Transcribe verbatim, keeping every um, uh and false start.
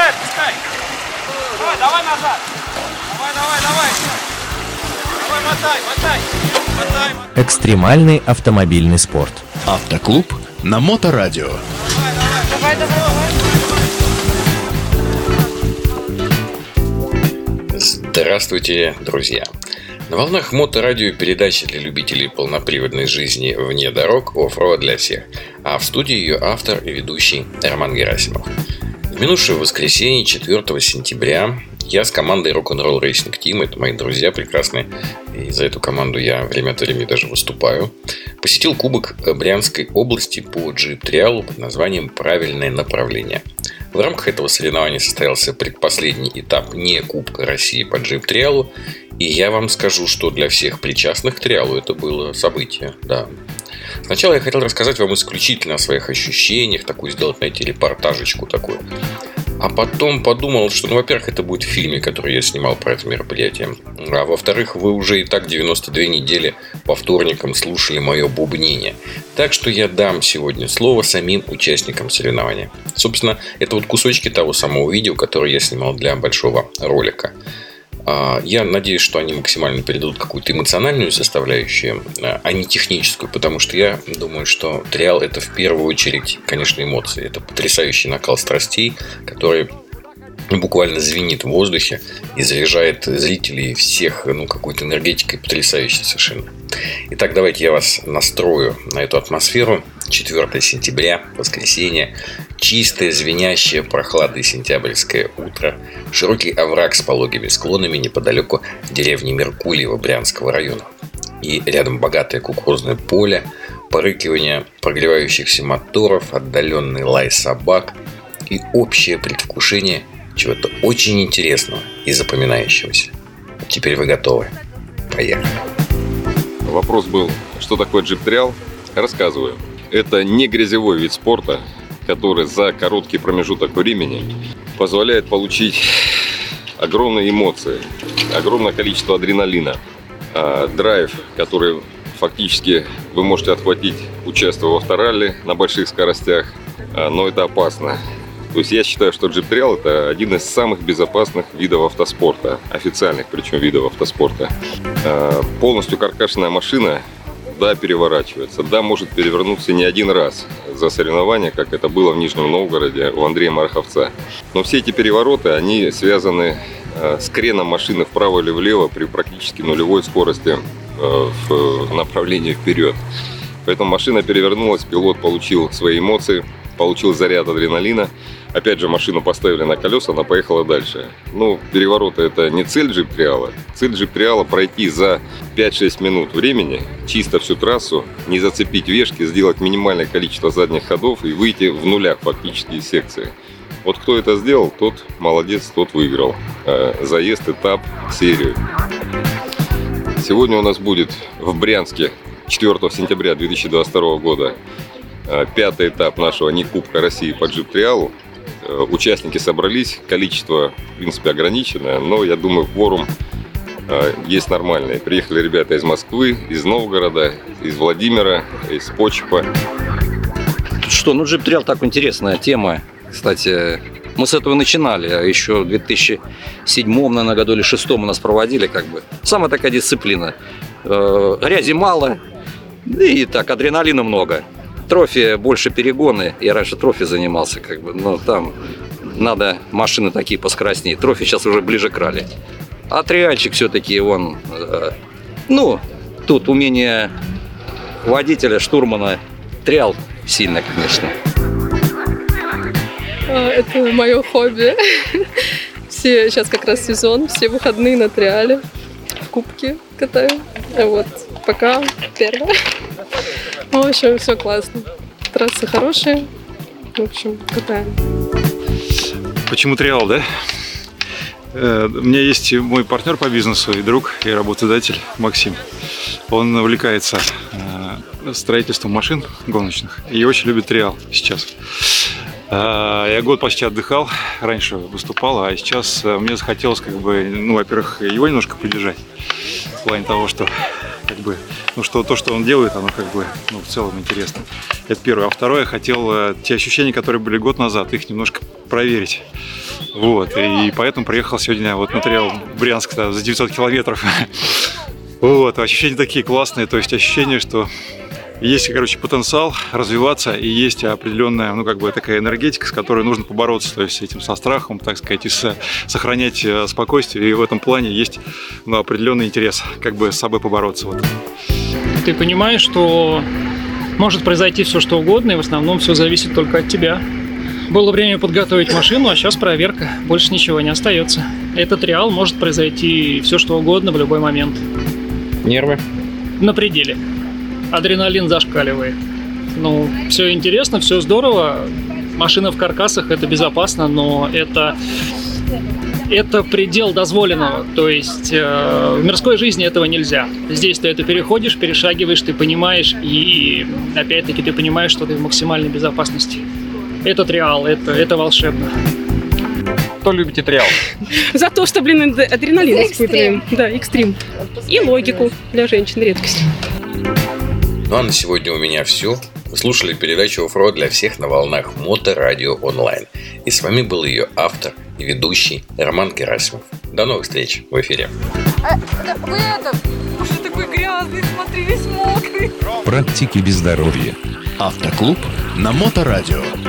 отпускай. Давай, давай назад. Давай, давай, давай. Давай, мотай, мотай. Мотай, мотай. Экстремальный автомобильный спорт. Автоклуб на Моторадио. Давай, давай, давай, давай. Здравствуйте, друзья! На волнах Моторадио передача для любителей полноприводной жизни вне дорог «Оффроуд для всех», а в студии ее автор и ведущий Роман Герасимов. В минувшее воскресенье, четвёртого сентября, я с командой Rock'n'Roll Racing Team, это мои друзья прекрасные, и за эту команду я время от времени даже выступаю, посетил Кубок Брянской области по джип-триалу под названием «Правильное направление». В рамках этого соревнования состоялся предпоследний этап не Кубка России по джип-триалу, и я вам скажу, что для всех причастных к триалу это было событие, да. Сначала я хотел рассказать вам исключительно о своих ощущениях, такую сделать, знаете, репортажечку такую. А потом подумал, что, ну, во-первых, это будет в фильме, который я снимал про это мероприятие. А во-вторых, вы уже и так девяносто две недели по вторникам слушали мое бубнение. Так что я дам сегодня слово самим участникам соревнования. Собственно, это вот кусочки того самого видео, которое я снимал для большого ролика. Я надеюсь, что они максимально передадут какую-то эмоциональную составляющую, а не техническую, потому что я думаю, что триал — это в первую очередь, конечно, эмоции. Это потрясающий накал страстей, который буквально звенит в воздухе и заряжает зрителей всех, ну, какой-то энергетикой потрясающей совершенно. Итак, давайте я вас настрою на эту атмосферу. четвёртого сентября, воскресенье, чистое, звенящее прохладное сентябрьское утро, широкий овраг с пологими склонами неподалеку деревни Меркульево Брянского района. И рядом богатое кукурузное поле, порыкивание прогревающихся моторов, отдаленный лай собак и общее предвкушение чего-то очень интересного и запоминающегося. Теперь вы готовы. Поехали. Вопрос был, что такое джип-триал? Рассказываю. Это не грязевой вид спорта, который за короткий промежуток времени позволяет получить огромные эмоции, огромное количество адреналина, драйв, который фактически вы можете отхватить, участвуя в авторалли на больших скоростях, но это опасно. То есть я считаю, что джип-триал — это один из самых безопасных видов автоспорта, официальных причем видов автоспорта. Полностью каркашная машина, да, переворачивается, да, может перевернуться не один раз за соревнования, как это было в Нижнем Новгороде у Андрея Марховца. Но все эти перевороты, они связаны с креном машины вправо или влево при практически нулевой скорости в направлении вперед. Поэтому машина перевернулась, пилот получил свои эмоции, получил заряд адреналина. Опять же, машину поставили на колеса, она поехала дальше. Ну, перевороты — это не цель джип-триала. Цель джип-триала — пройти за пять-шесть минут времени чисто всю трассу, не зацепить вешки, сделать минимальное количество задних ходов и выйти в нулях фактически из секции. Вот кто это сделал, тот молодец, тот выиграл заезд, этап, серию. Сегодня у нас будет в Брянске четвёртого сентября две тысячи двадцать второго года пятый этап нашего не Кубка России по джип-триалу. Участники собрались, количество, в принципе, ограниченное, но, я думаю, кворум есть нормальный. Приехали ребята из Москвы, из Новгорода, из Владимира, из Почепа. Что, ну джип-триал — так интересная тема. Кстати, мы с этого начинали, еще в две тысячи седьмом, наверное, году или две тысячи шестом у нас проводили, как бы. Самая такая дисциплина. Грязи мало, и так, адреналина много. Трофи больше перегоны. Я раньше трофи занимался, как бы, но там надо машины такие поскоростнее. Трофи сейчас уже ближе к ралли. А триальчик все-таки он, э, ну, тут умение водителя, штурмана. Триал сильно, конечно. Это мое хобби. Все сейчас как раз сезон, все выходные на триале, в кубке катаю. Вот, пока первое. В общем, все классно. Трассы хорошие. В общем, катаем. Почему триал, да? У меня есть мой партнер по бизнесу и друг, и работодатель Максим. Он увлекается строительством машин гоночных и очень любит триал сейчас. Я год почти отдыхал, раньше выступал, а сейчас мне захотелось, как бы, ну, во-первых, его немножко поддержать, в плане того, что, как бы, ну, что то, что он делает, оно, как бы, ну, в целом интересно. Это первое. А второе, я хотел те ощущения, которые были год назад, их немножко проверить. Вот, и поэтому приехал сегодня вот на триал в Брянск да, за девятьсот километров. Вот, ощущения такие классные, то есть ощущение, что есть, короче, потенциал развиваться и есть определенная, ну, как бы такая энергетика, с которой нужно побороться, то есть с этим, со страхом, так сказать, и с, сохранять спокойствие, и в этом плане есть, ну, определенный интерес, как бы с собой побороться. Вот. Ты понимаешь, что может произойти все, что угодно, и в основном все зависит только от тебя. Было время подготовить машину, а сейчас проверка. Больше ничего не остается. Этот триал может произойти все, что угодно в любой момент. Нервы? На пределе. Адреналин зашкаливает. Ну, все интересно, все здорово. Машина в каркасах – это безопасно, но это, это предел дозволенного. То есть э, в мирской жизни этого нельзя. Здесь ты это переходишь, перешагиваешь, ты понимаешь, и опять-таки ты понимаешь, что ты в максимальной безопасности. Это триал, это, это волшебно. Кто любите триал? За то, что, блин, адреналин испытываем. Да, экстрим. И логику для женщин редкость. Ну а на сегодня у меня все. Вы слушали передачу «Оффроуд для всех» на волнах Моторадио онлайн. И с вами был ее автор и ведущий Роман Герасимов. До новых встреч в эфире. А, да, вы это... Уже такой грязный, смотри, весь мокрый. Практики без здоровья. Автоклуб на Моторадио.